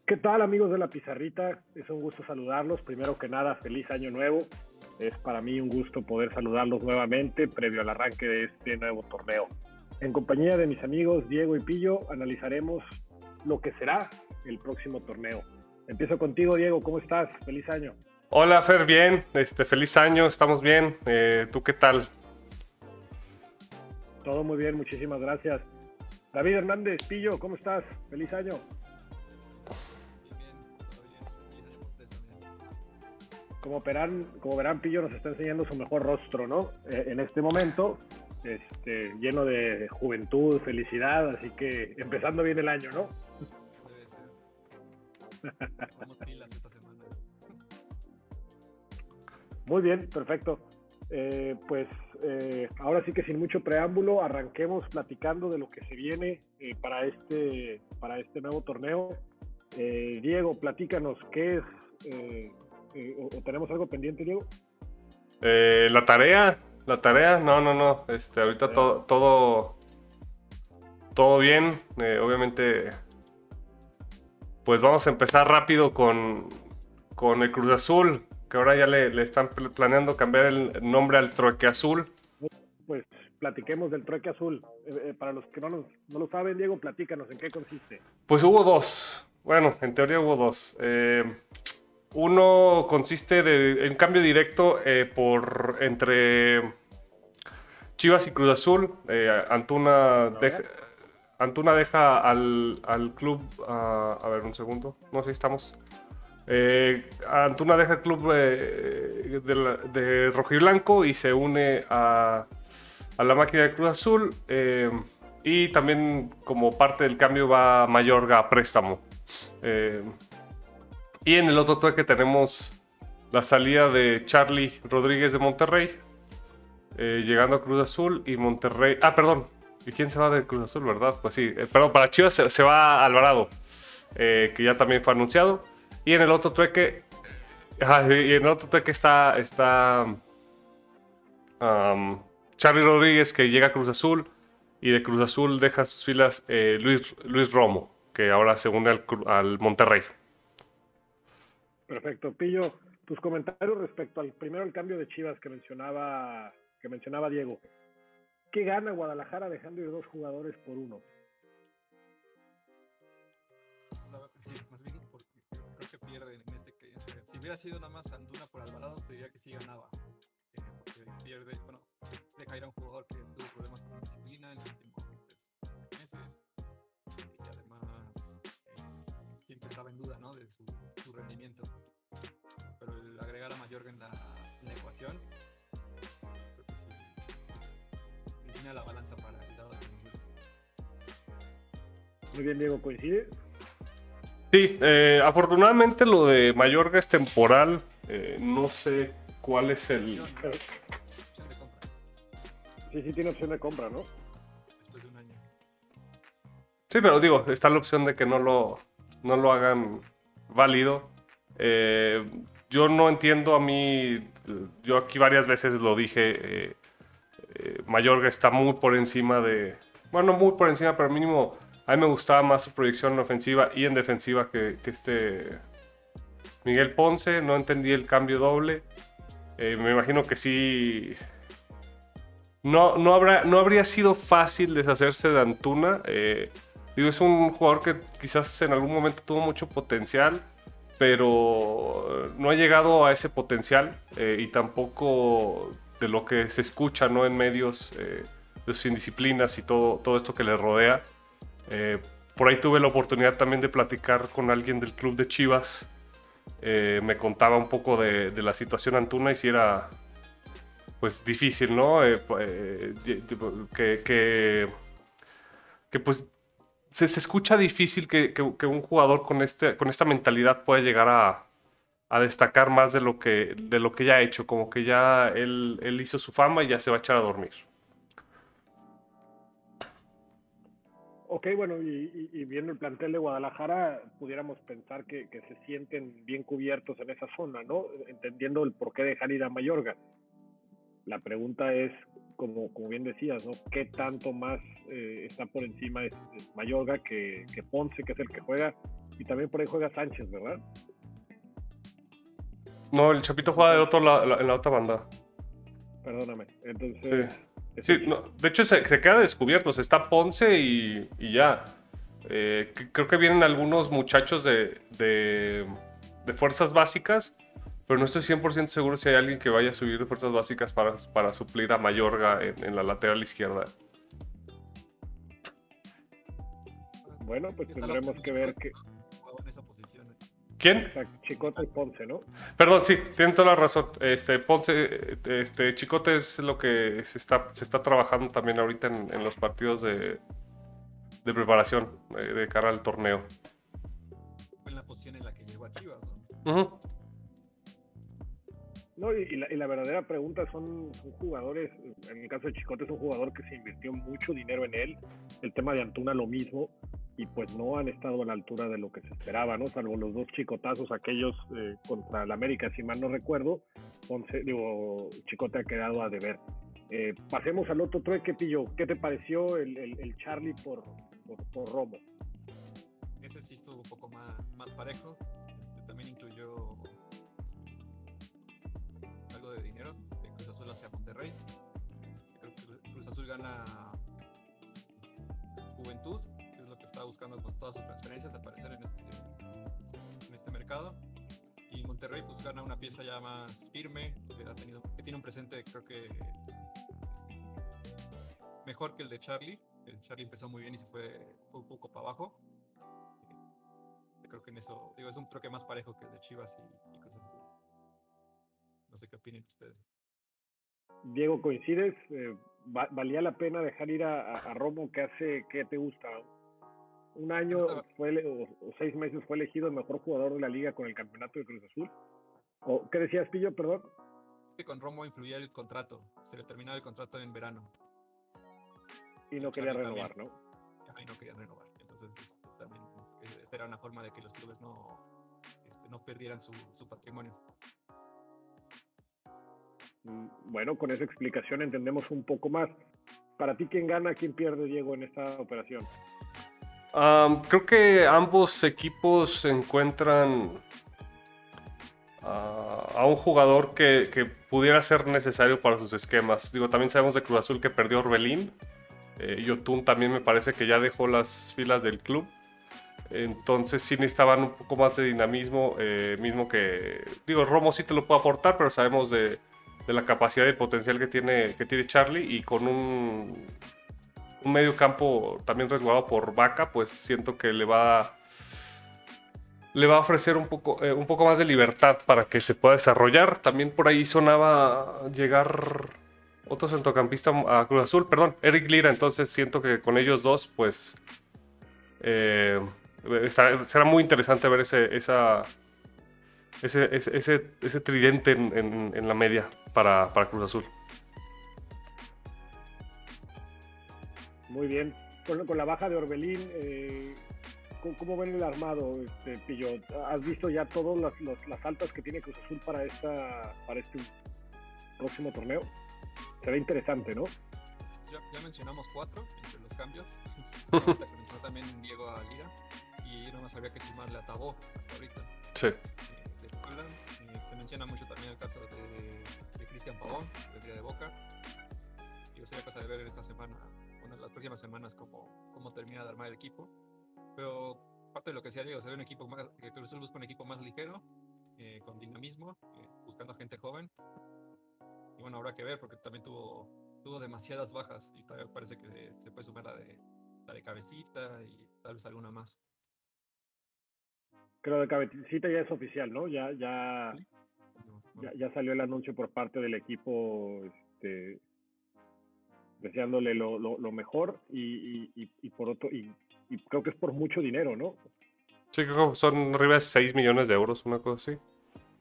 ¿Qué tal, amigos de la Pizarrita? Es un gusto saludarlos. Primero que nada, feliz año nuevo. Es para mí un gusto poder saludarlos nuevamente previo al arranque de este nuevo torneo. En compañía de mis amigos Diego y Pillo, analizaremos lo que será el próximo torneo. Empiezo contigo, Diego. ¿Cómo estás? Feliz año. Hola Fer, bien, feliz año, estamos bien. ¿Tú qué tal? Todo muy bien, muchísimas gracias. David Hernández, Pillo, ¿cómo estás? Feliz año. Como verán, Pillo nos está enseñando su mejor rostro, ¿no? En este momento, lleno de juventud, felicidad, así que empezando bien el año, ¿no? Debe ser. Vamos pilas esta semana. Muy bien, perfecto. Ahora sí que sin mucho preámbulo, arranquemos platicando de lo que se viene para este nuevo torneo. Diego, platícanos, ¿qué es? ¿O tenemos algo pendiente, Diego? La tarea, no. Ahorita todo bien. Obviamente, pues vamos a empezar rápido con el Cruz Azul, que ahora ya le están planeando cambiar el nombre al Trueque Azul. Pues platiquemos del Trueque Azul. Para los que no lo saben, Diego, platícanos, ¿en qué consiste? Pues hubo dos. Bueno, en teoría hubo dos. Uno consiste en un cambio directo entre Chivas y Cruz Azul. Antuna deja al club. A ver, un segundo. No sé si estamos. Antuna deja el club de Rojiblanco y se une a la máquina de Cruz Azul. Y también, como parte del cambio, va Mayorga a préstamo. Y en el otro trueque tenemos la salida de Charlie Rodríguez de Monterrey, llegando a Cruz Azul, y Monterrey... Ah, perdón. ¿Y quién se va de Cruz Azul, verdad? Pues sí. Perdón, para Chivas se va Alvarado, que ya también fue anunciado. Y en el otro trueque... está Charlie Rodríguez, que llega a Cruz Azul. Y de Cruz Azul deja sus filas Luis Romo, que ahora se une al Monterrey. Perfecto. Pillo, tus comentarios respecto al cambio de Chivas que mencionaba Diego. ¿Qué gana Guadalajara dejando ir dos jugadores por uno? Sí, más bien porque creo que pierden en este que si hubiera sido nada más Antuna por Alvarado, te diría que sí ganaba. Porque pierde, bueno, deja ir a un jugador que tuvo problemas con la disciplina en los últimos meses. Y además siempre estaba en duda, ¿no? De su rendimiento. Pero el agregar a Mayorga en la ecuación, creo que sí inclina la balanza para el lado de Cruz Azul. Muy bien, Diego, ¿coincide? Sí, afortunadamente lo de Mayorga es temporal. No sé cuál es el... Opción de compra. Sí, tiene opción de compra, ¿no? Después de un año. Sí, pero digo, está la opción de que no lo hagan válido. Yo no entiendo, yo aquí varias veces lo dije, Mayorga está muy por encima bueno, muy por encima, pero mínimo a mí me gustaba más su proyección en ofensiva y en defensiva que Miguel Ponce. No entendí el cambio doble. Me imagino que sí. No habría sido fácil deshacerse de Antuna. Es un jugador que quizás en algún momento tuvo mucho potencial, pero no ha llegado a ese potencial, y tampoco de lo que se escucha, ¿no?, en medios, de sus indisciplinas y todo esto que le rodea. Por ahí tuve la oportunidad también de platicar con alguien del club de Chivas. Me contaba un poco de la situación Antuna y si era pues difícil, ¿no? Que pues se escucha difícil que un jugador con esta mentalidad pueda llegar a destacar más de lo que ya ha hecho. Como que ya él hizo su fama y ya se va a echar a dormir. Ok, bueno, y viendo el plantel de Guadalajara, pudiéramos pensar que se sienten bien cubiertos en esa zona, ¿no? Entendiendo el por qué dejar ir a Mayorga. La pregunta es, como bien decías, ¿no? ¿Qué tanto más está por encima es Mayorga que Ponce, que es el que juega? Y también por ahí juega Sánchez, ¿verdad? No, el Chapito juega del otro en la otra banda. Perdóname. Entonces... Sí, no, de hecho se queda descubierto. Está Ponce y ya. Creo que vienen algunos muchachos de fuerzas básicas, pero no estoy 100% seguro si hay alguien que vaya a subir de fuerzas básicas para suplir a Mayorga en la lateral izquierda. Bueno, pues tendremos que ver que... ¿Quién? Chicote y Ponce, ¿no? Perdón, sí, tienen toda la razón. Ponce, Chicote es lo que se está trabajando también ahorita en los partidos de preparación de cara al torneo. Fue en la posición en la que llegó a Chivas, ¿no? Uh-huh. No, y la verdadera pregunta son jugadores, en el caso de Chicote es un jugador que se invirtió mucho dinero en él, el tema de Antuna lo mismo, y pues no han estado a la altura de lo que se esperaba, ¿no? Salvo los dos chicotazos aquellos contra el América, si mal no recuerdo, Chicote ha quedado a deber. Pasemos al otro trueque, Pillo. ¿Qué te pareció el Charlie por Romo? Ese sí estuvo un poco más parejo, también incluyó algo de dinero de Cruz Azul hacia Monterrey. Creo que Cruz Azul gana juventud, que es lo que está buscando con todas sus transferencias, aparecer en este mercado. Y Monterrey pues gana una pieza ya más firme, que tiene un presente creo que mejor que el de Charlie. El Charlie empezó muy bien y se fue un poco para abajo. Creo que en eso, es un truque más parejo que el de Chivas y Cruz Azul. No sé qué opinan ustedes. Diego, ¿coincides? ¿Valía la pena dejar ir a Romo, que hace, qué te gusta? Un año o 6 meses fue elegido el mejor jugador de la liga con el campeonato de Cruz Azul. ¿Qué decías, Pillo? Perdón. Con Romo influía el contrato. Se le terminaba el contrato en verano. Y no quería renovar, también, ¿no? Y no querían renovar. Entonces, también esta era una forma de que los clubes no perdieran su patrimonio. Bueno, con esa explicación entendemos un poco más. Para ti, ¿quién gana, quién pierde, Diego, en esta operación? Creo que ambos equipos encuentran a un jugador que pudiera ser necesario para sus esquemas. También sabemos de Cruz Azul que perdió a Orbelín. Yotun también me parece que ya dejó las filas del club. Entonces sí necesitaban un poco más de dinamismo. Mismo que... Romo sí te lo puede aportar, pero sabemos de la capacidad y el potencial que tiene Charlie. Y con un medio campo también resguardado por Vaca, pues siento que le va a ofrecer un poco más de libertad para que se pueda desarrollar. También por ahí sonaba llegar otro centrocampista a Cruz Azul, perdón, Eric Lira. Entonces siento que con ellos dos, pues será muy interesante ver ese tridente en la media para Cruz Azul. Muy bien. Con la baja de Orbelín, ¿cómo ven el armado, Pillo? ¿Has visto ya todas las altas que tiene Cruz Azul para este próximo torneo? Será interesante, ¿no? Ya mencionamos 4 entre los cambios. Mencionó también Diego a Lira. Y no más había que sumarle a Tabó hasta ahorita. Sí. De Holland. Se menciona mucho también el caso de Cristian Pavón, del día de Boca. Y sería cosa de ver en esta semana, las próximas semanas, cómo termina de armar el equipo. Pero parte de lo que decía Diego, se ve un equipo más, que Cruz Azul busca un equipo más ligero, con dinamismo, buscando a gente joven. Y bueno, habrá que ver, porque también tuvo demasiadas bajas y todavía parece que se puede sumar la de Cabecita y tal vez alguna más. Creo que Cabecita ya es oficial, ¿no? Ya salió el anuncio por parte del equipo, deseándole lo mejor y por otro, y creo que es por mucho dinero, ¿no? Sí, creo que son arriba de 6 millones de euros, una cosa así.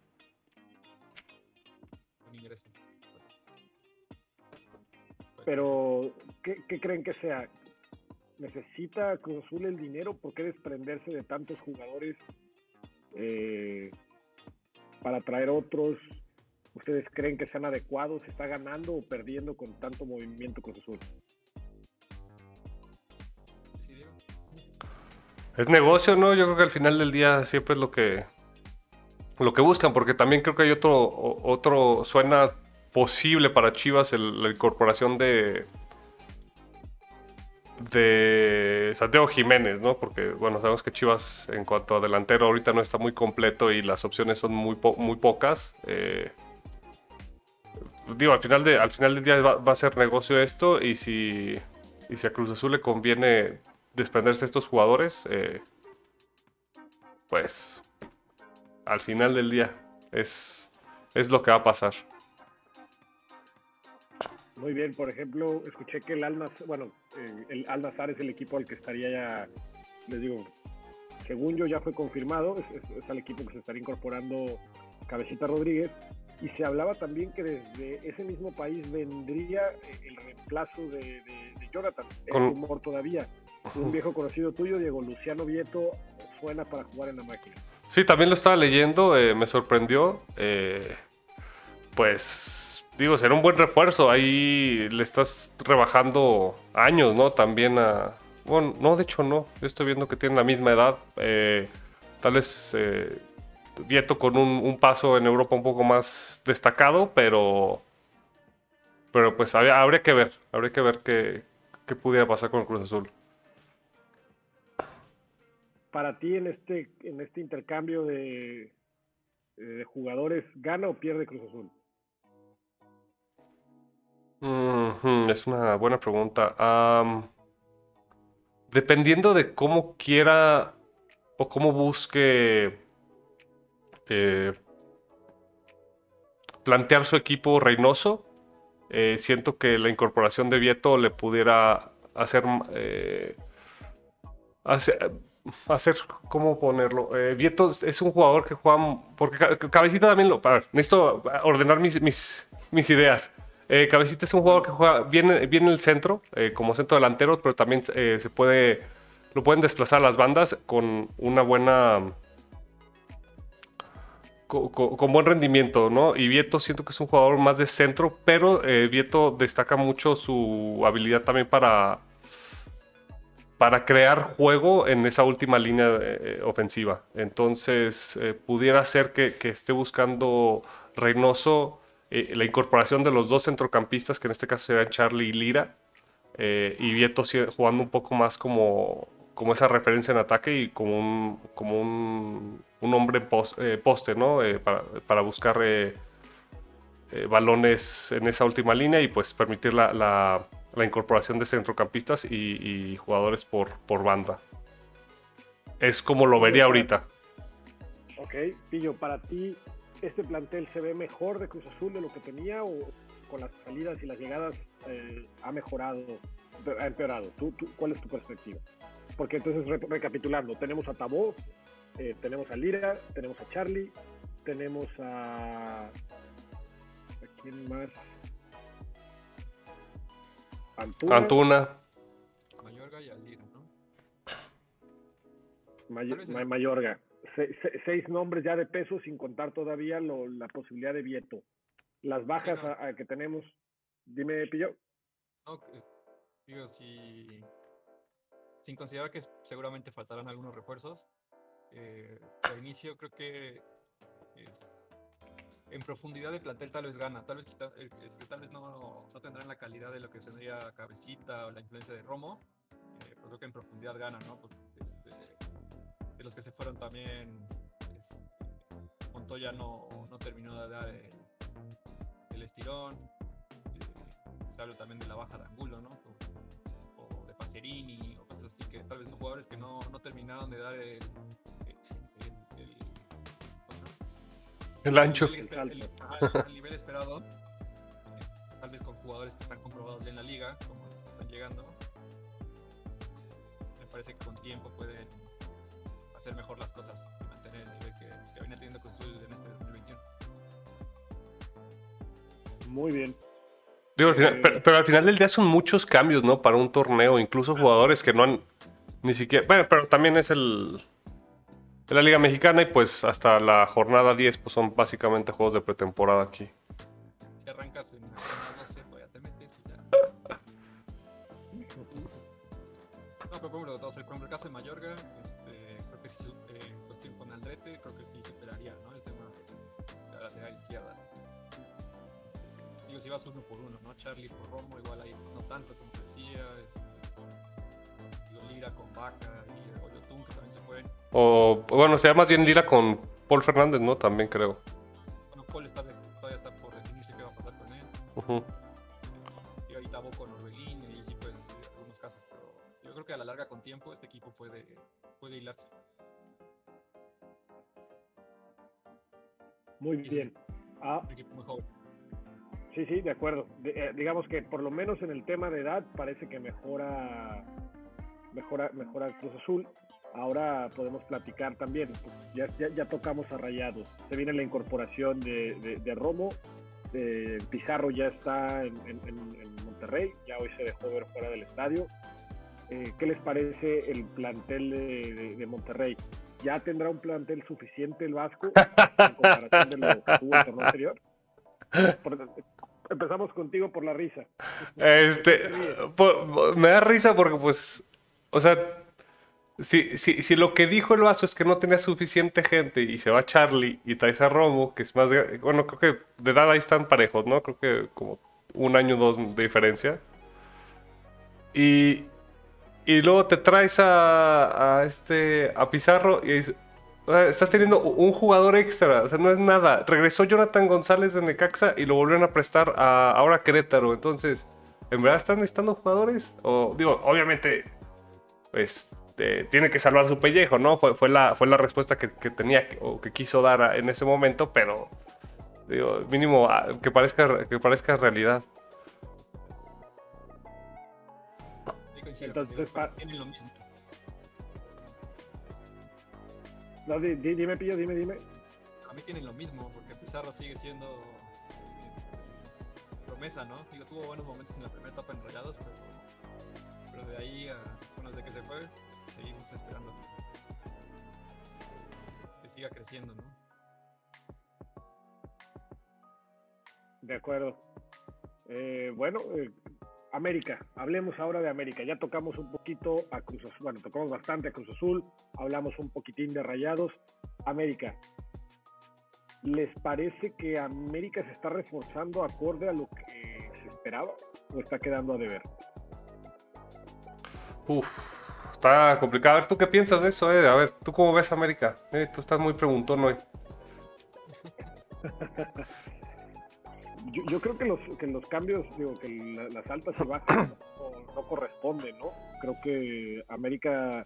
Pero, ¿qué creen que sea? ¿Necesita Cruz Azul el dinero? ¿Por qué desprenderse de tantos jugadores para traer otros? ¿Ustedes creen que sean adecuados? ¿Se está ganando o perdiendo con tanto movimiento Cruz Azul? Es negocio, ¿no? Yo creo que al final del día siempre es lo que buscan, porque también creo que hay otro suena posible para Chivas la incorporación de Santiago Jiménez, ¿no? Porque, bueno, sabemos que Chivas en cuanto a delantero ahorita no está muy completo y las opciones son muy pocas. Digo, al final del día va a ser negocio esto y si a Cruz Azul le conviene desprenderse de estos jugadores, pues al final del día es lo que va a pasar. Muy bien, por ejemplo, escuché que el Al Nassr es el equipo al que estaría ya, les digo, según yo ya fue confirmado, es al equipo que se estaría incorporando Cabecita Rodríguez, y se hablaba también que desde ese mismo país vendría el reemplazo de Jonathan, es rumor todavía. Un viejo conocido tuyo, Diego Luciano Vieto, suena para jugar en la máquina. Sí, también lo estaba leyendo, me sorprendió. Pues, digo, será un buen refuerzo. Ahí le estás rebajando años, ¿no? También a... Bueno, no, de hecho no. Yo estoy viendo que tienen la misma edad. Tal vez Vieto con un paso en Europa un poco más destacado, pero pues habría que ver. Habría que ver qué pudiera pasar con el Cruz Azul. Para ti en este intercambio de jugadores, ¿gana o pierde Cruz Azul? Es una buena pregunta. Dependiendo de cómo quiera o cómo busque plantear su equipo Reynoso, siento que la incorporación de Vieto le pudiera hacer ¿cómo ponerlo? Vieto es un jugador que juega, porque Cabecita también a ver, necesito ordenar mis ideas. Cabecita es un jugador que juega bien en el centro, como centro delantero, pero también lo pueden desplazar a las bandas con una buena... Con buen rendimiento, ¿no? Y Vieto siento que es un jugador más de centro, pero Vieto destaca mucho su habilidad también para crear juego en esa última línea ofensiva. Entonces, pudiera ser que esté buscando Reynoso la incorporación de los dos centrocampistas, que en este caso serían Charlie y Lira, y Vieto jugando un poco más como esa referencia en ataque y como un hombre poste, ¿no? Para buscar balones en esa última línea y pues permitir la incorporación de centrocampistas y jugadores por banda. Es como lo vería ahorita. Ok, Pillo, para ti, ¿este plantel se ve mejor de Cruz Azul de lo que tenía o con las salidas y las llegadas ha mejorado, ha empeorado? ¿Cuál es tu perspectiva? Porque entonces, recapitulando, tenemos a Tabó, tenemos a Lira, tenemos a Charlie, tenemos ¿a quién más? Antuna. Mayorga y Alira, ¿no? Mayorga. 6 nombres ya de peso, sin contar todavía la posibilidad de Vieto. Las bajas sí, no. Que tenemos. Dime, Pillo. No, digo, sin considerar que seguramente faltarán algunos refuerzos. De inicio creo que en profundidad de plantel tal vez gana, tal vez no tendrán la calidad de lo que tendría Cabecita o la influencia de Romo, pero creo que en profundidad gana, ¿no? Porque, de los que se fueron también, Montoya no terminó de dar el estirón, se habla también de la baja de Angulo, ¿no? O de Pacerini, o cosas así, que tal vez jugadores que no terminaron de dar el ancho. El nivel esperado, tal vez con jugadores que están comprobados ya en la liga, como los que están llegando. Me parece que con tiempo pueden hacer mejor las cosas y mantener el nivel que viene teniendo Cruz Azul en este 2021. Muy bien. Digo, pero al final del día son muchos cambios, ¿no? Para un torneo, incluso jugadores que no han ni siquiera... Bueno, pero también es de la Liga Mexicana y pues hasta la jornada 10 pues son básicamente juegos de pretemporada aquí. Si arrancas en la jornada 12, pues ya te metes y ya. No, pero por ejemplo, el caso de Mayorga, que si cuestión con Aldrete, creo que sí superaría, ¿no? El tema de la lateral izquierda. Digo, si vas uno por uno, ¿no? Charlie por Romo, igual ahí no tanto como te decía. Digo, Lira con Vaca y Oyotun, que también se pueden. O, bueno, sería más bien Lira con Paul Fernández, ¿no? También creo. Bueno, Paul todavía está por definirse qué va a pasar con él. Uh-huh. Y ahorita Boco con Orbelín, y sí puedes hacer algunos casos, pero yo creo que a la larga, con tiempo, este equipo puede hilarse. Muy bien. Un equipo muy joven. Sí, de acuerdo. Digamos que por lo menos en el tema de edad parece que mejora Cruz Azul. Ahora podemos platicar también, pues ya tocamos a Rayados. Se viene la incorporación de Romo. Pizarro ya está en Monterrey, ya hoy se dejó ver fuera del estadio. ¿Qué les parece el plantel de Monterrey? ¿Ya tendrá un plantel suficiente el Vasco en comparación de lo que tuvo el torneo anterior? Empezamos contigo por la risa. Me da risa porque, pues, o sea, si lo que dijo el Vaso es que no tenía suficiente gente y se va Charlie y traes a Romo, que es más, bueno, creo que de edad ahí están parejos, ¿no? Creo que como 1 año o 2 de diferencia. Y luego te traes a Pizarro y dices, estás teniendo un jugador extra, o sea, no es nada. Regresó Jonathan González de Necaxa y lo volvieron a prestar ahora a Querétaro. Entonces, ¿en verdad están necesitando jugadores? O, digo, obviamente, pues, tiene que salvar su pellejo, ¿no? Fue la respuesta que tenía o que quiso dar en ese momento, pero, digo, mínimo que parezca realidad. Entonces, tienen lo mismo. No, dime, Pillo, dime. A mí tienen lo mismo, porque Pizarro sigue siendo promesa, ¿no? Digo, tuvo buenos momentos en la primera etapa en Rayados, pero de ahí, bueno, desde que se fue, seguimos esperando que siga creciendo, ¿no? De acuerdo. Bueno, América, hablemos ahora de América. Ya tocamos un poquito a Cruz Azul, bueno, tocamos bastante a Cruz Azul, hablamos un poquitín de Rayados. América, ¿les parece que América se está reforzando acorde a lo que se esperaba o está quedando a deber? Está complicado. A ver, ¿tú qué piensas de eso? A ver, ¿tú cómo ves a América? Tú estás muy preguntón hoy. Yo creo que los cambios, digo, que las altas y bajas no corresponden, ¿no? Creo que América,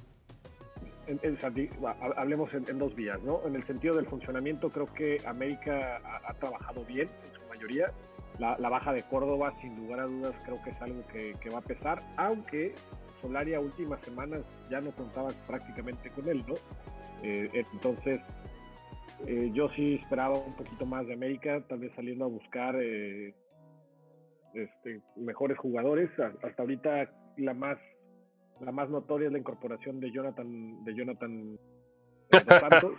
hablemos en 2 vías, ¿no? En el sentido del funcionamiento, creo que América ha trabajado bien en su mayoría. La baja de Córdoba, sin lugar a dudas, creo que es algo que va a pesar, aunque Solari a últimas semanas ya no contaba prácticamente con él, ¿no? Entonces, yo sí esperaba un poquito más de América, tal vez saliendo a buscar mejores jugadores. Hasta ahorita la más notoria es la incorporación de Jonathan dos Santos.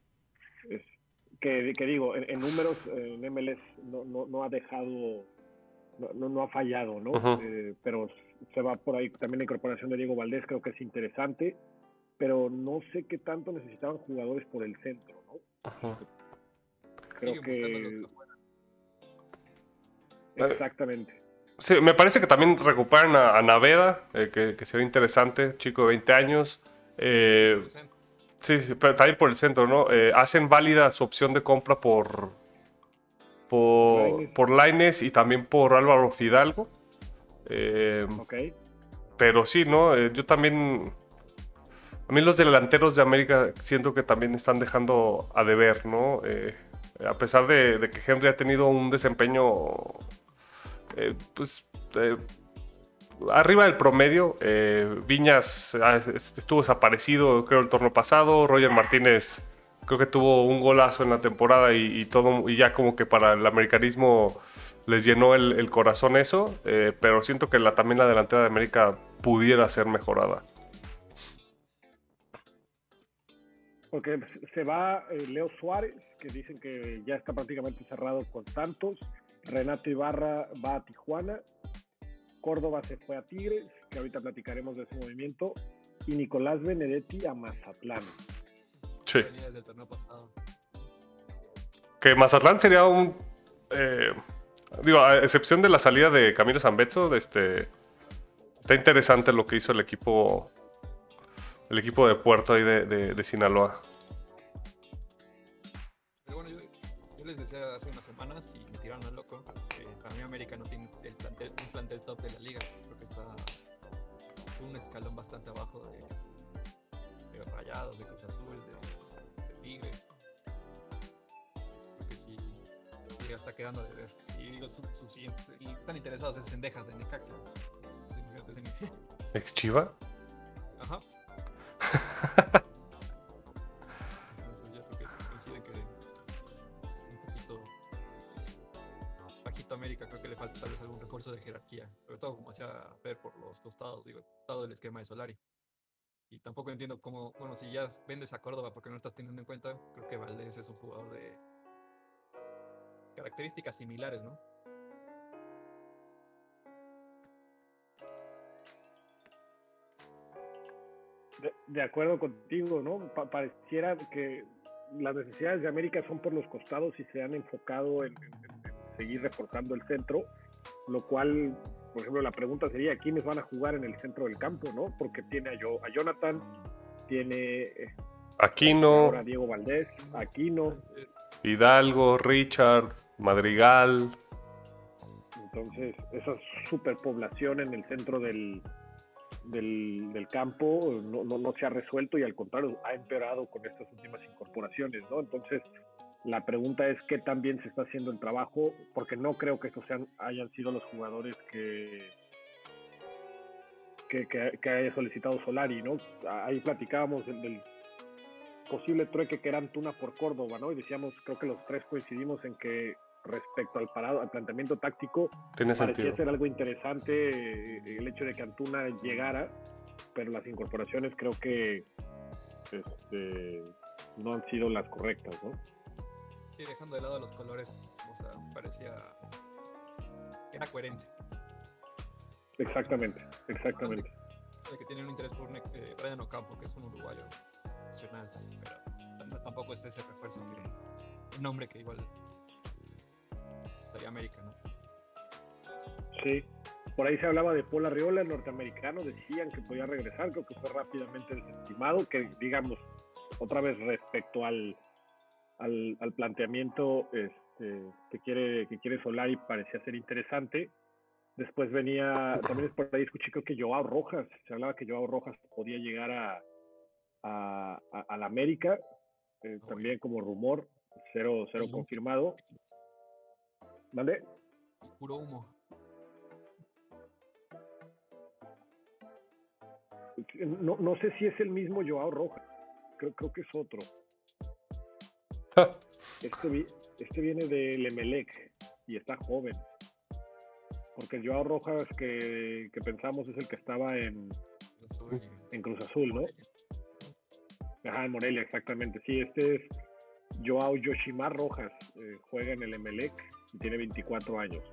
Que digo, en números en MLS no ha dejado, no ha fallado, ¿no? Uh-huh. Pero se va por ahí también la incorporación de Diego Valdés, creo que es interesante, pero no sé qué tanto necesitaban jugadores por el centro, ¿no? Uh-huh. Creo que exactamente. Sí, me parece que también recuperan a Naveda, que se ve interesante, chico de 20 años. Sí, pero también por el centro, ¿no? Hacen válida su opción de compra por Lainez y también por Álvaro Fidalgo. Okay. Pero sí, ¿no? Yo también... A mí los delanteros de América siento que también están dejando a deber, ¿no? A pesar de que Henry ha tenido un desempeño arriba del promedio. Viñas estuvo desaparecido, creo, el torneo pasado. Roger Martínez creo que tuvo un golazo en la temporada y todo, y ya como que para el americanismo les llenó el corazón eso. Pero siento que también la delantera de América pudiera ser mejorada. Porque se va Leo Suárez, que dicen que ya está prácticamente cerrado con Santos. Renato Ibarra va a Tijuana. Córdoba se fue a Tigres, que ahorita platicaremos de ese movimiento. y Nicolás Benedetti a Mazatlán. Sí. Venía desde el torneo pasado. Que Mazatlán sería un... digo, a excepción de la salida de Camilo Zambetso, está interesante lo que hizo el equipo de Puerto ahí de Sinaloa. Pero bueno, yo les decía hace unas semanas y me tiraron al loco que para mí América no tiene un plantel top de la liga. Creo que está un escalón bastante abajo de Rayados, de Cruz Azul, de Tigres. Creo que sí ya está quedando de ver. Y digo, y están interesados en Cendejas de Necaxa. ¿Ex Chiva? Ajá. Entonces yo creo que sí coincide que un poquito bajito América, creo que le falta tal vez algún refuerzo de jerarquía, sobre todo como hacía ver por los costados, digo, todo el esquema de Solari. Y tampoco entiendo cómo, bueno, si ya vendes a Córdoba porque no lo estás teniendo en cuenta, creo que Valdés es un jugador de características similares, ¿no? De acuerdo contigo, ¿no? Pareciera que las necesidades de América son por los costados y se han enfocado en seguir reforzando el centro, lo cual, por ejemplo, la pregunta sería, ¿quiénes van a jugar en el centro del campo, no? Porque tiene a Jonathan, tiene Aquino, ahora Diego Valdés, Aquino, Hidalgo, Richard, Madrigal. Entonces, esa superpoblación en el centro del campo no se ha resuelto y al contrario ha empeorado con estas últimas incorporaciones, ¿no? Entonces la pregunta es qué tan bien se está haciendo el trabajo, porque no creo que estos hayan sido los jugadores que haya solicitado Solari, ¿no? Ahí platicábamos del posible trueque que era Antuna por Córdoba, ¿no? Y decíamos, creo que los tres coincidimos en que respecto al planteamiento táctico, Tiene parecía sentido. ser algo interesante el hecho de que Antuna llegara, pero las incorporaciones creo que no han sido las correctas, ¿no? Sí, dejando de lado los colores, o sea, parecía que era coherente. Exactamente. De que tienen un interés por Brian Ocampo, que es un uruguayo nacional, pero tampoco es ese refuerzo un nombre que igual estaría América, ¿no? Sí, por ahí se hablaba de Paul Arriola, el norteamericano, decían que podía regresar, creo que fue rápidamente desestimado, que digamos, otra vez respecto al planteamiento que quiere Solari, parecía ser interesante. Después venía, también por ahí escuché, creo que Joao Rojas, se hablaba que Joao Rojas podía llegar a la América, también como rumor, cero confirmado. ¿Vale? Puro humo. No sé si es el mismo Joao Rojas, creo que es otro. Este viene del Emelec y está joven. Porque el Joao Rojas que pensamos es el que estaba en Cruz Azul, ¿no? Ajá, en Morelia, exactamente. Sí, este es Joao Yoshimar Rojas, juega en el Emelec y tiene 24 años.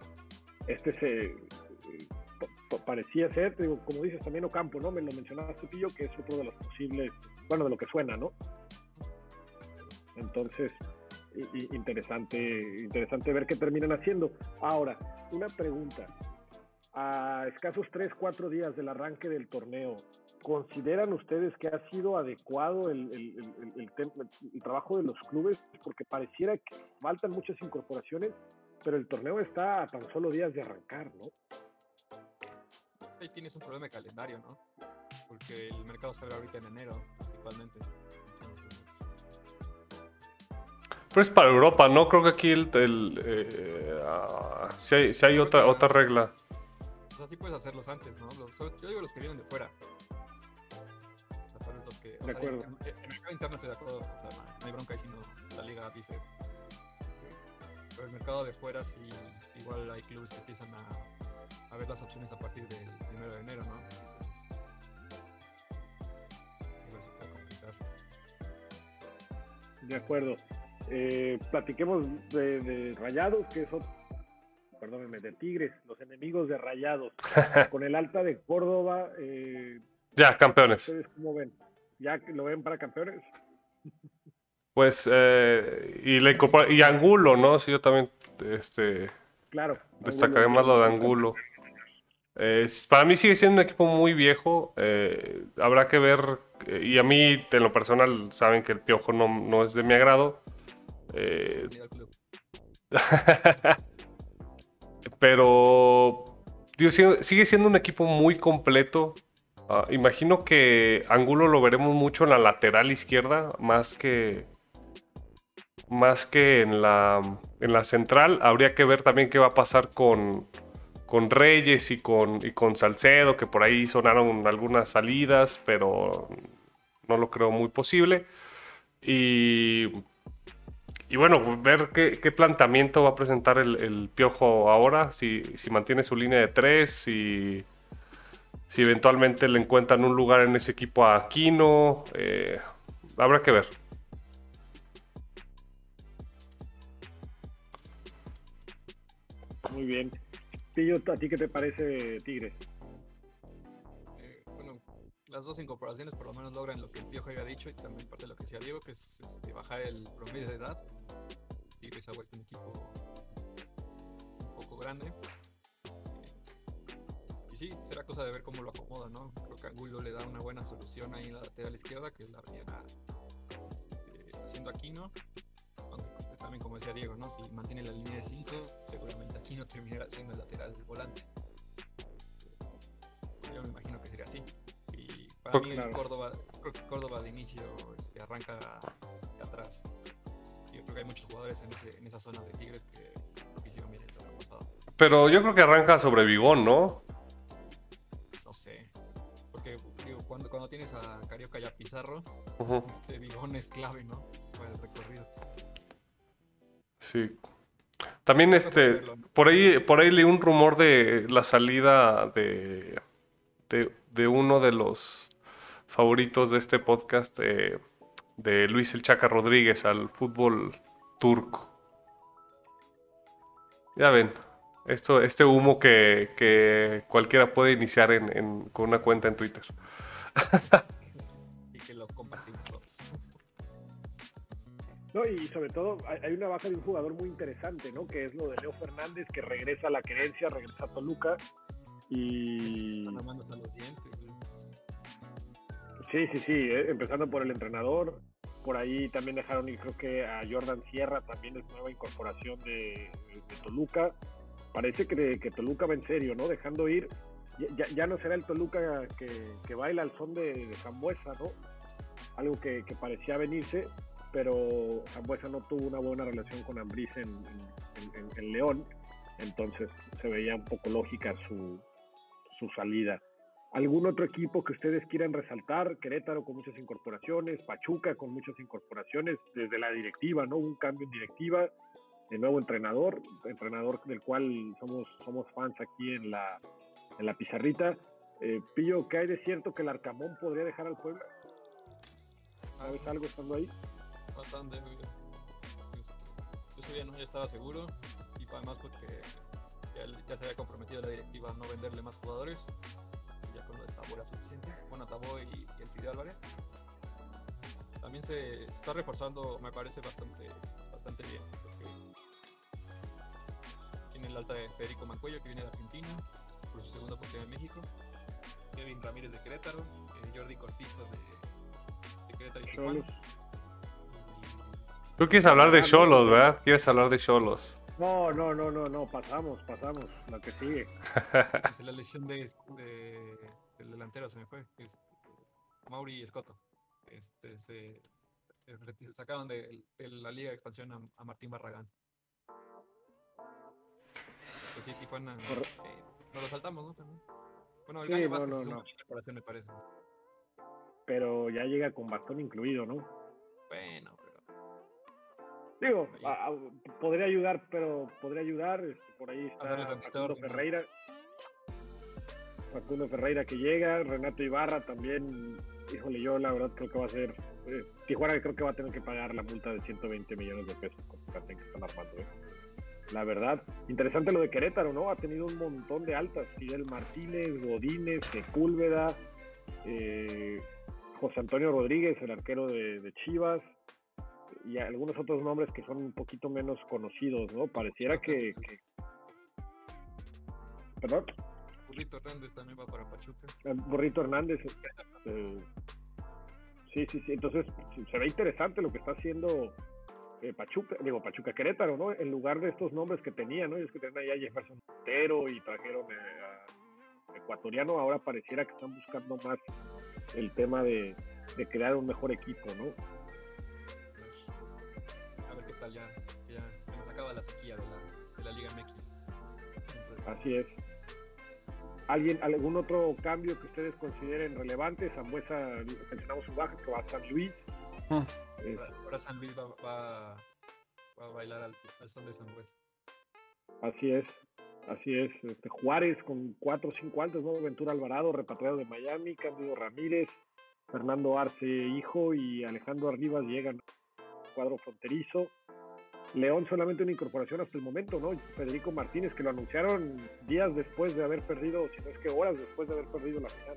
Parecía ser, como dices también Ocampo, ¿no? Me lo mencionaste, Pillo, que es otro de los posibles, bueno, de lo que suena, ¿no? Entonces, interesante ver qué terminan haciendo. Ahora, una pregunta. A escasos 3-4 días del arranque del torneo, ¿consideran ustedes que ha sido adecuado el trabajo de los clubes? Porque pareciera que faltan muchas incorporaciones, pero el torneo está a tan solo días de arrancar, ¿no? Ahí tienes un problema de calendario, ¿no? Porque el mercado se abre ahorita en enero, principalmente. Pero es para Europa, ¿no? Creo que aquí si hay otra regla. O sea, sí puedes hacerlos antes, ¿no? Yo digo los que vienen de fuera. O sea, tal vez los que... De acuerdo. En el mercado interno estoy de acuerdo. O sea, no hay bronca ahí, sino la liga dice... Pero el mercado de fuera sí, igual hay clubes que empiezan a ver las opciones a partir del 1 de enero, ¿no? Entonces, igual se puede complicar. De acuerdo. Platiquemos de Rayados, que es de Tigres, los enemigos de Rayados. Con el alta de Córdoba, Ya, campeones. ¿Ustedes cómo ven? ¿Ya lo ven para campeones? Pues, y Angulo, ¿no? Sí, yo también Claro, Angulo destacaré más bien, lo de bien campeón. Angulo. Para mí sigue siendo un equipo muy viejo. Habrá que ver. Y a mí, en lo personal, saben que el Piojo no es de mi agrado. Eh, Bienvenido al club. pero digo, sigue siendo un equipo muy completo. Imagino que Angulo lo veremos mucho en la lateral izquierda, más que en la central. Habría que ver también qué va a pasar con Reyes y con Salcedo, que por ahí sonaron algunas salidas, pero no lo creo muy posible. Y bueno, ver qué planteamiento va a presentar el Piojo ahora, si mantiene su línea de tres, si eventualmente le encuentran un lugar en ese equipo a Aquino, habrá que ver. Muy bien. Pillo, ¿a ti qué te parece Tigres? Bueno, las dos incorporaciones por lo menos logran lo que el Piojo había dicho y también parte de lo que decía Diego, que es bajar el promedio de edad. Tigres ha vuelto un equipo un poco grande. Y sí, será cosa de ver cómo lo acomoda, ¿no? Creo que Angulo le da una buena solución ahí en la lateral izquierda, que la venía haciendo Aquino. Aunque también, como decía Diego, ¿no? Si mantiene la línea de 5, seguramente Aquino terminará siendo el lateral del volante. Yo me imagino que sería así. Y para mí Claro. creo que Córdoba de inicio arranca de atrás. Yo creo que hay muchos jugadores en esa zona de Tigres que hicieron bien el torneo pasado. Pero yo creo que arranca sobre Bigón, ¿no? No sé. Porque digo, cuando tienes a Carioca y a Pizarro, Uh-huh. Bigón es clave, ¿no? Para el recorrido. Sí. También Cosa de verlo, ¿no? por ahí leí un rumor de la salida de uno de los favoritos de este podcast, de Luis El Chaca Rodríguez al fútbol turco. Ya ven, este humo que cualquiera puede iniciar con una cuenta en Twitter. Y que lo compartimos todos. No, y sobre todo hay una baja de un jugador muy interesante, ¿no? Que es lo de Leo Fernández, que regresa a la querencia, regresa a Toluca. Y Están amando hasta los dientes, güey. sí, empezando por el entrenador. Por ahí también dejaron ir, creo que a Jordan Sierra, también es nueva incorporación de Toluca. Parece que Toluca va en serio, ¿no? Dejando ir. Ya no será el Toluca que baila al son de Sambuesa, ¿no? Algo que parecía venirse, pero Sambuesa no tuvo una buena relación con Ambriz en León, entonces se veía un poco lógica su salida. ¿Algún otro equipo que ustedes quieran resaltar? Querétaro con muchas incorporaciones, Pachuca con muchas incorporaciones desde la directiva, ¿no? Un cambio en directiva, de nuevo entrenador del cual somos fans aquí en la pizarrita. Pillo, ¿qué hay de cierto que el Arcamón podría dejar al Puebla? ¿Sabes algo estando ahí? Bastante, güey. Eso ya estaba seguro. Y además porque ya se había comprometido la directiva a no venderle más jugadores. Ya con lo de Tabo era suficiente. Bueno, Tabo y el Fidel Álvarez. También se está reforzando, me parece, bastante bien. Porque tiene el alta de Federico Mancuello, que viene de Argentina, por su segunda oportunidad en México. Kevin Ramírez de Querétaro, Jordi Cortizo de Querétaro y Tijuana. Tú quieres hablar de Xolos, ¿verdad? Quieres hablar de Xolos. No, pasamos, lo que sigue. La lesión del delantero se me fue, Mauri Escoto. Se sacaron de la Liga de Expansión a Martín Barragán. Pues sí, Tijuana, nos lo saltamos, ¿no? También. Bueno, el Gallo Vázquez es una buena incorporación, me parece. Pero ya llega con bastón incluido, ¿no? Bueno, pero... Digo, podría ayudar, por ahí está Facundo Ferreira que llega, Renato Ibarra también, híjole, yo la verdad creo que va a ser, Tijuana creo que va a tener que pagar la multa de 120 millones de pesos con el que están armando, La verdad, interesante lo de Querétaro, ¿no? Ha tenido un montón de altas, Fidel Martínez, Godínez, Sepúlveda, José Antonio Rodríguez, el arquero de Chivas, y algunos otros nombres que son un poquito menos conocidos, ¿no? Pareciera que... ¿Perdón? Burrito Hernández también va para Pachuca. Burrito Hernández. Sí. Entonces, se ve interesante lo que está haciendo Pachuca Querétaro, ¿no? En lugar de estos nombres que tenía, ¿no? Es que tenían allá a Jefferson Montero y trajeron a ecuatoriano, ahora pareciera que están buscando más el tema de crear un mejor equipo, ¿no? A ver qué tal, ya nos acaba la sequía de la Liga MX. Entonces, así es. ¿Algún otro cambio que ustedes consideren relevante? Zambuesa, mencionamos su baja, que va a San Luis. Ahora San Luis va a bailar al son de Zambuesa. Así es. Juárez con 4 o 5 altos, ¿no? Ventura Alvarado, repatriado de Miami, Cándido Ramírez, Fernando Arce, hijo, y Alejandro Arribas llegan al cuadro fronterizo. León solamente una incorporación hasta el momento, ¿no? Federico Martínez, que lo anunciaron días después de haber perdido, si no es que horas después de haber perdido la final.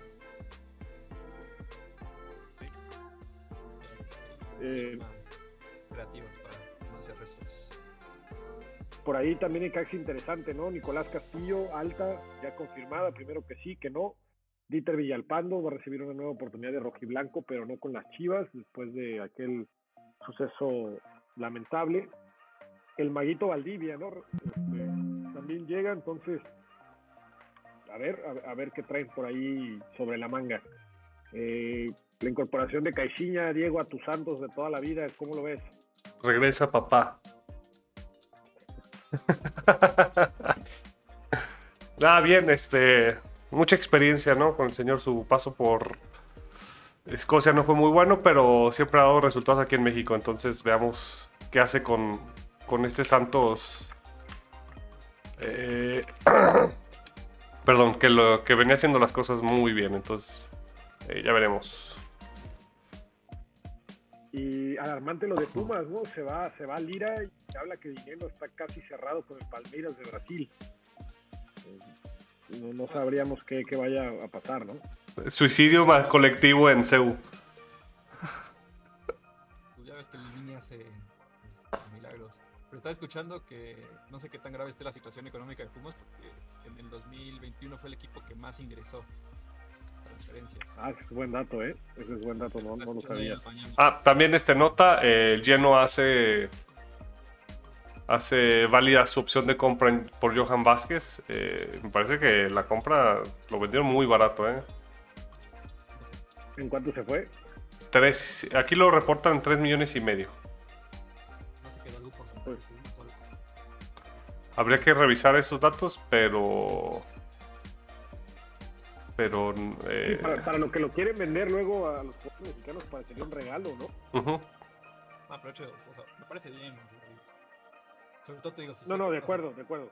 Creativos para no hacer resucitos. Por ahí también hay caja interesante, ¿no? Nicolás Castillo, alta, ya confirmada, primero que sí, que no. Dieter Villalpando va a recibir una nueva oportunidad de rojiblanco, pero no con las Chivas, después de aquel suceso lamentable. El Maguito Valdivia, ¿no? También llega, entonces a ver qué traen por ahí sobre la manga. La incorporación de Caixinha, Diego, a tus Santos de toda la vida, ¿cómo lo ves? Regresa papá. Nada, bien, mucha experiencia, ¿no? Con el señor, su paso por Escocia no fue muy bueno, pero siempre ha dado resultados aquí en México. Entonces veamos qué hace con este Santos. Perdón, que venía haciendo las cosas muy bien. Entonces ya veremos. Y alarmante lo de Pumas, ¿no? Se va Lira y se habla que Dinero está casi cerrado con el Palmeiras de Brasil. No sabríamos qué vaya a pasar, ¿no? Suicidio colectivo en CEU. Pues ya ves que Línea hace milagros. Pero estaba escuchando que no sé qué tan grave esté la situación económica de Pumas, porque en el 2021 fue el equipo que más ingresó transferencias. Ese es buen dato, Ese es buen dato, no lo sabía. También nota, el Genoa hace válida su opción de compra por Johan Vázquez. Me parece que la compra lo vendieron muy barato, ¿En cuánto se fue? Aquí lo reportan 3,5 millones. No se quedó algún porcentaje. Habría que revisar esos datos, pero sí, para lo que lo quieren vender luego a los jugadores mexicanos parecería un regalo, ¿no? Pero hecho, me parece bien. Sobre todo te digo, si de acuerdo.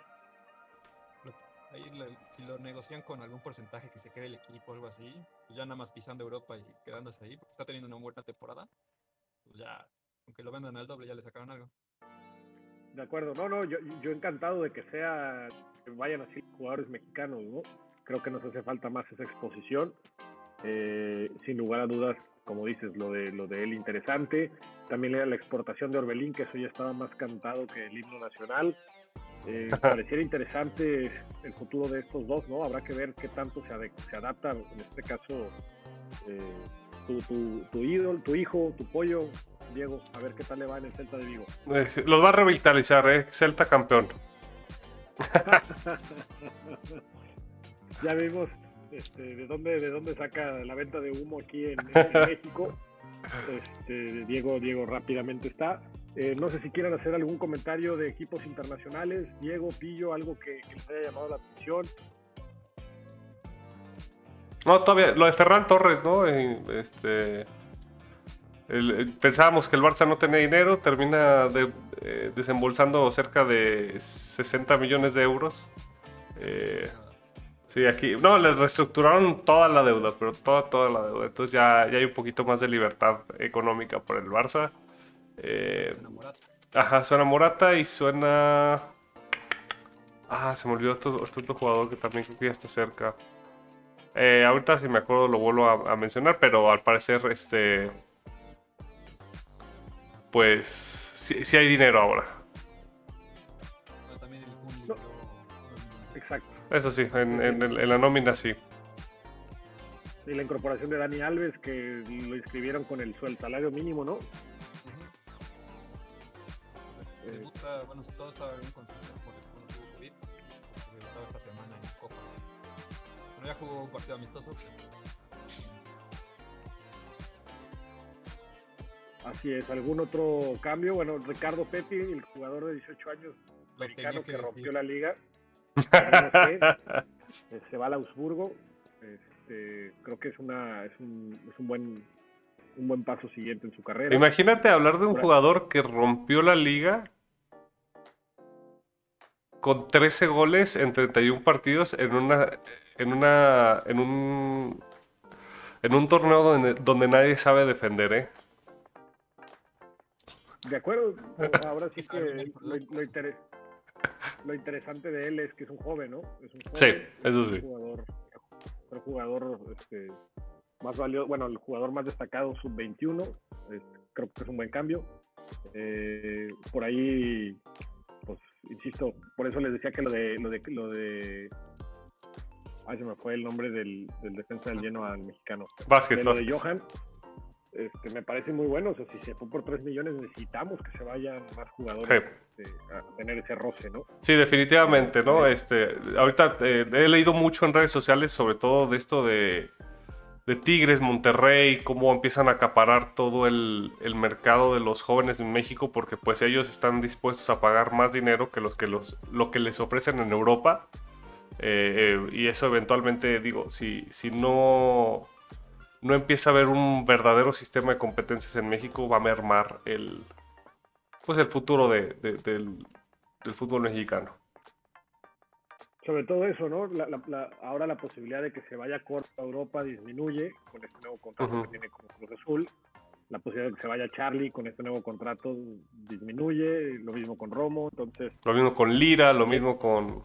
Ahí si lo negocian con algún porcentaje que se quede el equipo o algo así, pues ya nada más pisando Europa y quedándose ahí, porque está teniendo una buena temporada, pues ya, aunque lo vendan al doble, ya le sacaron algo. De acuerdo, yo encantado de que vayan así jugadores mexicanos, ¿no? Creo que nos hace falta más esa exposición. Sin lugar a dudas, como dices, lo de él interesante. También era la exportación de Orbelín, que eso ya estaba más cantado que el himno nacional. Pareciera interesante el futuro de estos dos, ¿no? Habrá que ver qué tanto se adapta, en este caso, tu ídolo, tu hijo, tu pollo, Diego, a ver qué tal le va en el Celta de Vigo. Los va a revitalizar, Celta campeón. Ya vimos de dónde saca la venta de humo aquí en México. Diego rápidamente está. No sé si quieran hacer algún comentario de equipos internacionales. Diego, Pillo, algo que les haya llamado la atención. No, todavía, lo de Ferran Torres, ¿no? Pensábamos que el Barça no tenía dinero, termina desembolsando cerca de 60 millones de euros. Sí, aquí, no, le reestructuraron toda la deuda, pero toda la deuda. Entonces ya hay un poquito más de libertad económica por el Barça. Suena Morata. Ajá, suena Morata y suena... se me olvidó otro jugador que también creo que ya está cerca. Ahorita si me acuerdo lo vuelvo a mencionar, pero al parecer, pues sí hay dinero ahora. Pero también el Kun No. liberó. Exacto. Eso sí, en la nómina sí. Y la incorporación de Dani Alves, que lo inscribieron con el salario mínimo, ¿no? Debuta, bueno, todo estaba bien concentrado porque no tuvo COVID. Debutaba esta semana en Copa. Bueno, ya jugó un partido amistoso. Así es. ¿Algún otro cambio? Bueno, Ricardo Pepi, el jugador de 18 años Lo mexicano tenía que que rompió decir. la liga, se va al Augsburgo. Creo que es un buen paso siguiente en su carrera. Imagínate hablar de un Por ahí. jugador que rompió la liga con 13 goles en 31 partidos en un torneo donde nadie sabe defender, ¿eh? De acuerdo. Ahora sí que lo interesante de él es que es un joven, ¿no? Es un joven, Sí, eso sí. El jugador más valioso, bueno, el jugador más destacado sub-21. Creo que es un buen cambio. Por ahí, pues, insisto, por eso les decía que lo de ay, se me fue el nombre del defensa del lleno al mexicano. Vázquez. Lo de Johan, me parece muy bueno. O sea, si se fue por 3 millones, necesitamos que se vayan más jugadores a tener ese roce, ¿no? Sí, definitivamente, ¿no? Ahorita he leído mucho en redes sociales, sobre todo de esto de Tigres, Monterrey, cómo empiezan a acaparar todo el mercado de los jóvenes en México, porque pues ellos están dispuestos a pagar más dinero que lo que les ofrecen en Europa. Y eso eventualmente, digo, si no empieza a haber un verdadero sistema de competencias en México, va a mermar el futuro del fútbol mexicano. Sobre todo eso, ¿no? Ahora la posibilidad de que se vaya corto a Europa disminuye con este nuevo contrato que tiene con Cruz Azul. La posibilidad de que se vaya Charlie con este nuevo contrato disminuye. Lo mismo con Romo, entonces... Lo mismo con Lira, lo mismo con...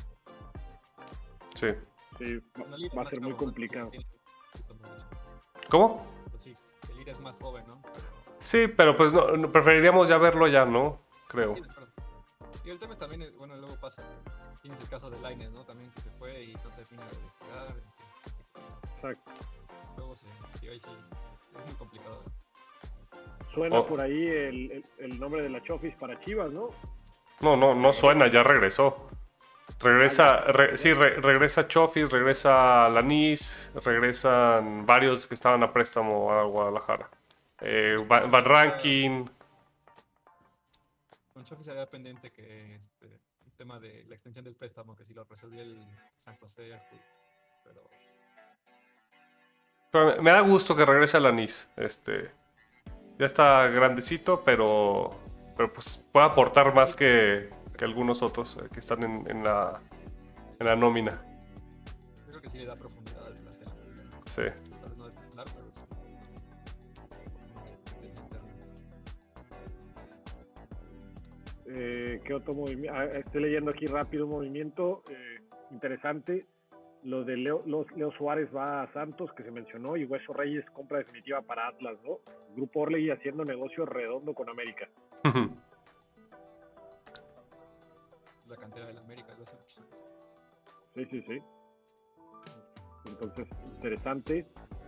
Sí. Sí, va a ser muy complicado. ¿Cómo? Pues sí, el Lira es más joven, ¿no? Sí, pero pues no, preferiríamos ya verlo ya, ¿no? Creo. Sí, de acuerdo. Y el tema es también, bueno, luego pasa. Tienes el caso de Lainez, ¿no? También que se fue y no termina de despegar. Exacto. Luego sí, ahí sí, es muy complicado. Suena por ahí el nombre de la Chofis para Chivas, ¿no? No suena, ya regresó. Regresa Chofis, regresa Lanís, regresan varios que estaban a préstamo a Guadalajara. Van Rankin. Con Chofis había pendiente que el tema de la extensión del préstamo, que si lo resolvía el San José, pero me da gusto que regrese Lanís. Ya está grandecito, pero pues puede aportar más que algunos otros que están en la nómina. Yo creo que sí le da profundidad al plantel. Sí. Tal vez no de titular, pero sí. ¿Qué otro movimiento? Estoy leyendo aquí rápido un movimiento interesante. Lo de Leo Suárez va a Santos, que se mencionó, y Hueso Reyes compra definitiva para Atlas, ¿no? Grupo Orlegui haciendo negocio redondo con América. La cantera del América, lo hace mucho. Sí. Entonces, interesante.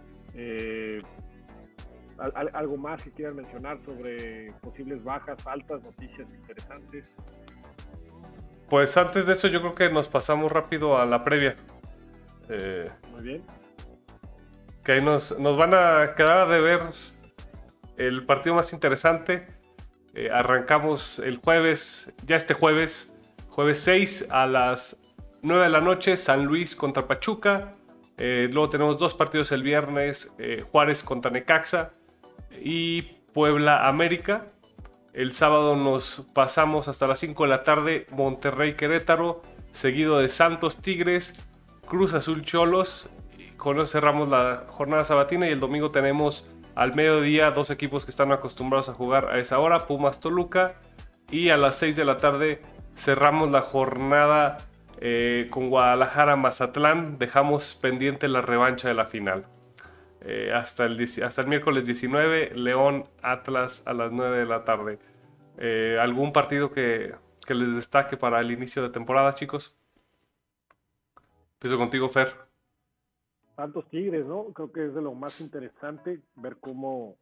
¿Algo más que quieran mencionar sobre posibles bajas, altas, noticias interesantes? Pues antes de eso yo creo que nos pasamos rápido a la previa. Muy bien. Que ahí nos van a quedar a deber el partido más interesante. Arrancamos el jueves, ya este jueves 6 a las 9 de la noche, San Luis contra Pachuca. Luego tenemos 2 partidos el viernes, Juárez contra Necaxa y Puebla América. El sábado nos pasamos hasta las 5 de la tarde, Monterrey Querétaro, seguido de Santos Tigres, Cruz Azul Cholos. Con eso cerramos la jornada sabatina y el domingo tenemos al mediodía 2 equipos que están acostumbrados a jugar a esa hora, Pumas Toluca, y a las 6 de la tarde cerramos la jornada Con Guadalajara Mazatlán dejamos pendiente la revancha de la final. Hasta el miércoles 19, León Atlas a las 9 de la tarde. ¿Algún partido que les destaque para el inicio de temporada, chicos? Empiezo contigo, Fer. Santos Tigres, ¿no? Creo que es de lo más interesante ver cómo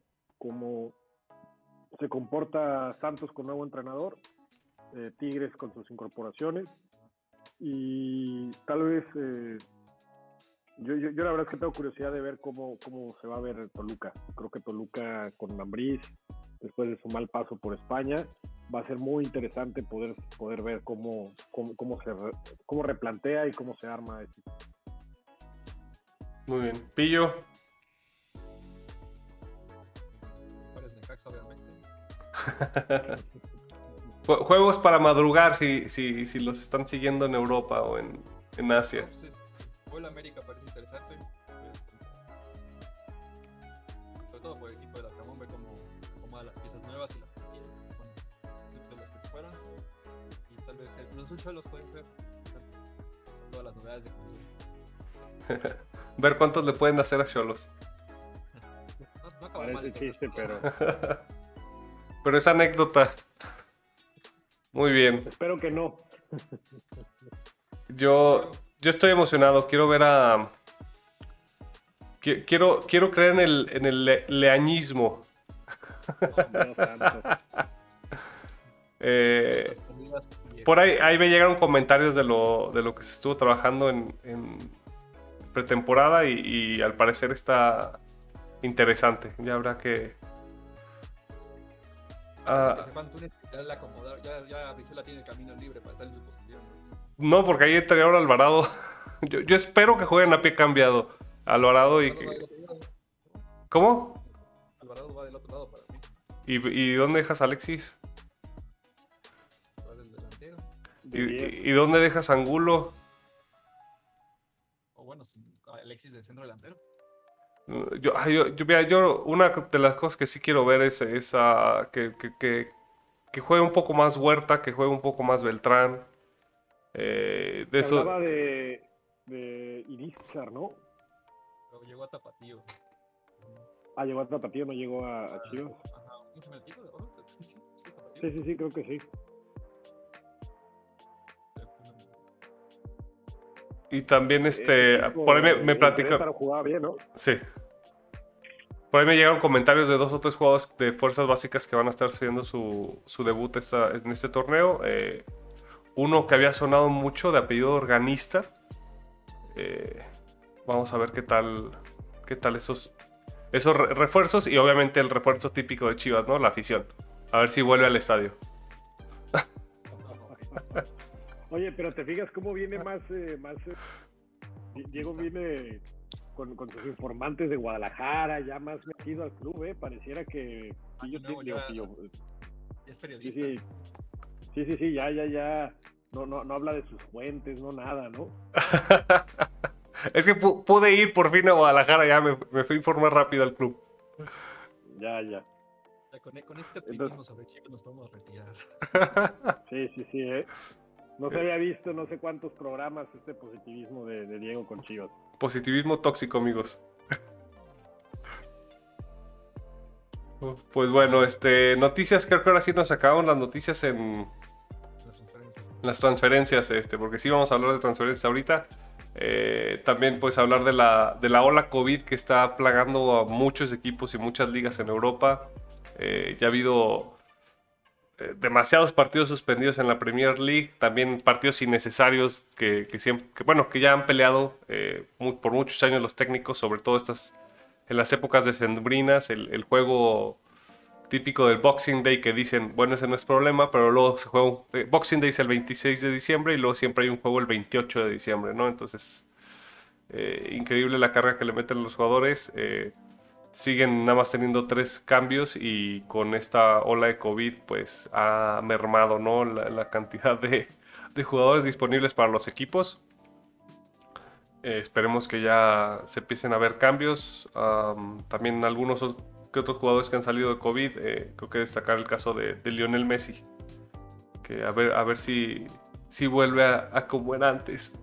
se comporta Santos con nuevo entrenador, Tigres con sus incorporaciones, y tal vez yo la verdad es que tengo curiosidad de ver cómo se va a ver Toluca. Creo que Toluca con Ambriz, después de su mal paso por España, va a ser muy interesante poder ver cómo replantea y cómo se arma este. Muy bien. Pillo. Juárez Necaxa, obviamente. Juegos para madrugar si los están siguiendo en Europa o en Asia. Hoy la América parece interesante. Sobre todo por el equipo de Larcamón, ve cómo las piezas nuevas y las que tienen. Bueno, los que se fueron. Y tal vez los Ucholos pueden ver todas las novedades de Cruz. Ver cuántos le pueden hacer a Xolos. No acaba mal. Chiste, pero pero es anécdota. Muy bien. Espero que no. Yo estoy emocionado. Quiero ver a... Quiero creer en el leañismo. Dios santo. Por ahí me llegaron comentarios de lo que se estuvo trabajando en pretemporada y al parecer está interesante. Ya habrá que... Que sepan Túnez, ya la acomodar, ya Brizuela tiene el camino libre para estar en su posición, ¿no? No, porque ahí entraría ahora Alvarado. Yo espero que jueguen a pie cambiado. Alvarado y que... ¿Cómo? Alvarado va del otro lado para mí. ¿Y dónde dejas a Alexis? Va del delantero. ¿Y dónde dejas a Angulo? O bueno, Alexis del centro delantero. Yo una de las cosas que sí quiero ver es que juegue un poco más Huerta, que juegue un poco más Beltrán. De eso. Hablaba de Irizar, ¿no? Pero llegó a Tapatío. Llegó a Tapatío, no llegó a Chivas. Ajá, ¿cómo se llama el equipo? Sí, Sí, creo que sí. Y también por ahí me platica. Jugaba bien, ¿no? Sí. Por ahí me llegaron comentarios de 2 o 3 jugadores de fuerzas básicas que van a estar haciendo su debut en este torneo. Uno que había sonado mucho, de apellido Organista. Vamos a ver qué tal esos refuerzos, y obviamente el refuerzo típico de Chivas, ¿no? La afición. A ver si vuelve al estadio. Oye, pero te fijas cómo viene más Diego viene con sus informantes de Guadalajara, ya más metido al club, pareciera que ya es periodista. Sí, ya no habla de sus fuentes, no nada, ¿no? Es que pude ir por fin a Guadalajara, ya me fui a informar rápido al club. Ya. Con este optimismo sobre Chivas nos podemos retirar. Sí, No se había visto no sé cuántos programas este positivismo de Diego con Chivas. Positivismo tóxico, amigos. Pues bueno, noticias, creo que ahora sí nos acabaron las noticias en las transferencias, porque sí vamos a hablar de transferencias ahorita. También pues hablar de la ola COVID que está plagando a muchos equipos y muchas ligas en Europa. Ya ha habido demasiados partidos suspendidos en la Premier League, también partidos innecesarios que ya han peleado por muchos años los técnicos, sobre todo en las épocas decembrinas, el juego típico del Boxing Day, que dicen, bueno, ese no es problema, pero luego se juega Boxing Day es el 26 de diciembre y luego siempre hay un juego el 28 de diciembre, ¿no? Entonces, increíble la carga que le meten los jugadores. Siguen nada más teniendo 3 cambios y con esta ola de COVID pues ha mermado, ¿no? la cantidad de jugadores disponibles para los equipos. Esperemos que ya se empiecen a ver cambios. También algunos que otros jugadores que han salido de COVID. Creo que destacar el caso de Lionel Messi, que a ver si si vuelve a como era antes.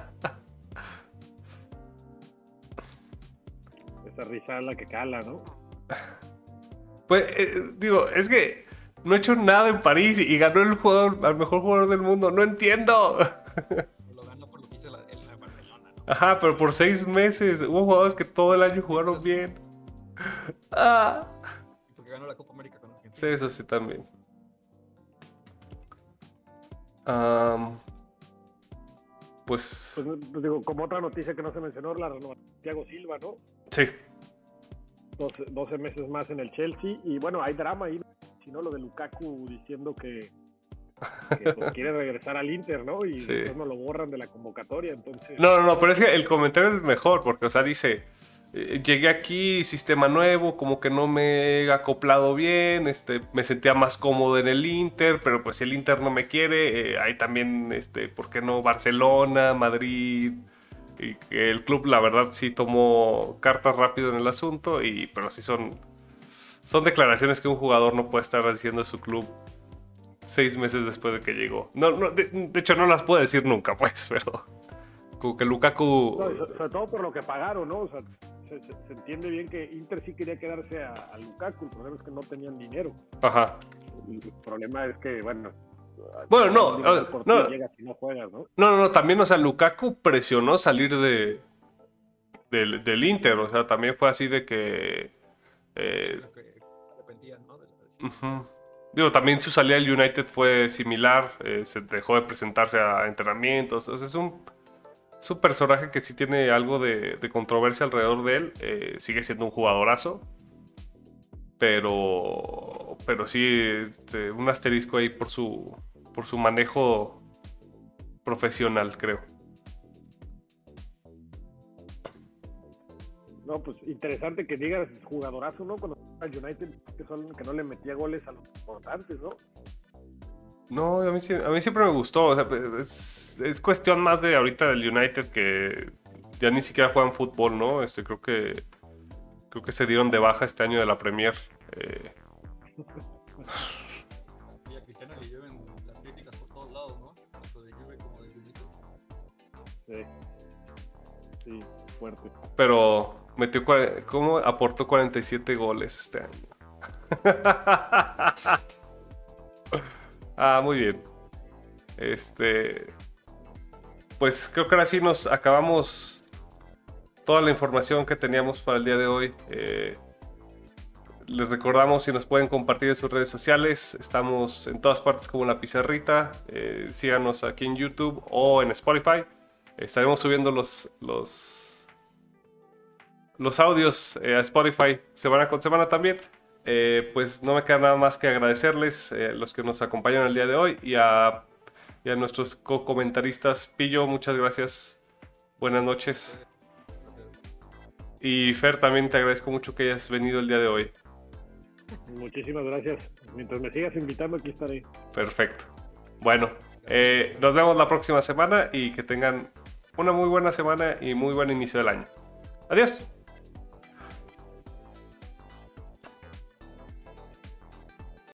Esa risa es la que cala, ¿no? Pues, digo, es que no ha hecho nada en París y ganó al mejor jugador del mundo. No entiendo. Lo ganó por lo que hizo en la Barcelona, ¿no? Ajá, pero por 6 meses. Hubo jugadores que todo el año jugaron bien. Ah. Y porque ganó la Copa América con Argentina. Sí, eso sí también. Pues Pues digo, como otra noticia que no se mencionó, la renovación de Thiago Silva, ¿no? sí. 12 meses más en el Chelsea. Y bueno, hay drama ahí, si no, lo de Lukaku diciendo que pues, quiere regresar al Inter, ¿no? Y Sí. después no lo borran de la convocatoria, entonces... No, pero es que el comentario es mejor, porque, o sea, dice, llegué aquí, sistema nuevo, como que no me he acoplado bien, me sentía más cómodo en el Inter, pero pues si el Inter no me quiere, hay también, ¿por qué no Barcelona, Madrid? Y que el club, la verdad, sí tomó cartas rápido en el asunto, pero sí son declaraciones que un jugador no puede estar diciendo a su club 6 meses después de que llegó. No, de hecho, no las puede decir nunca, pues, pero como que Lukaku... No, sobre todo por lo que pagaron, ¿no? O sea, se entiende bien que Inter sí quería quedarse a Lukaku, el problema es que no tenían dinero. Ajá. Y el problema es que, bueno... Bueno, no. Llegas y no juegas, ¿no? No, también, o sea, Lukaku presionó salir del Inter, o sea, también fue así de que... Creo que arrepentían, ¿no? De la decisión. Ujú. Digo, también su salida del United fue similar, se dejó de presentarse a entrenamientos, o sea, es un personaje que sí tiene algo de controversia alrededor de él, sigue siendo un jugadorazo, pero sí, un asterisco ahí por su manejo profesional, creo. No, pues interesante que digas jugadorazo, ¿no? Cuando al United que no le metía goles a los importantes, ¿no? No, a mí siempre me gustó. O sea, es cuestión más de ahorita del United que ya ni siquiera juegan fútbol, ¿no? Creo que se dieron de baja este año de la Premier. Y a Cristiano le lleven las críticas por todos lados, ¿no? Tanto de Juve como de Benito. Sí, fuerte. Pero ¿cómo aportó 47 goles este año? Muy bien. Pues creo que ahora sí nos acabamos toda la información que teníamos para el día de hoy. Les recordamos si nos pueden compartir en sus redes sociales. Estamos en todas partes como La Pizarrita. Síganos aquí en YouTube o en Spotify. Estaremos subiendo los audios a Spotify semana con semana también. Pues no me queda nada más que agradecerles los que nos acompañan el día de hoy y a nuestros co-comentaristas. Pillo, muchas gracias. Buenas noches. Y Fer, también te agradezco mucho que hayas venido el día de hoy. Muchísimas gracias. Mientras me sigas invitando, aquí estaré. Perfecto. Bueno, nos vemos la próxima semana y que tengan una muy buena semana y muy buen inicio del año. Adiós.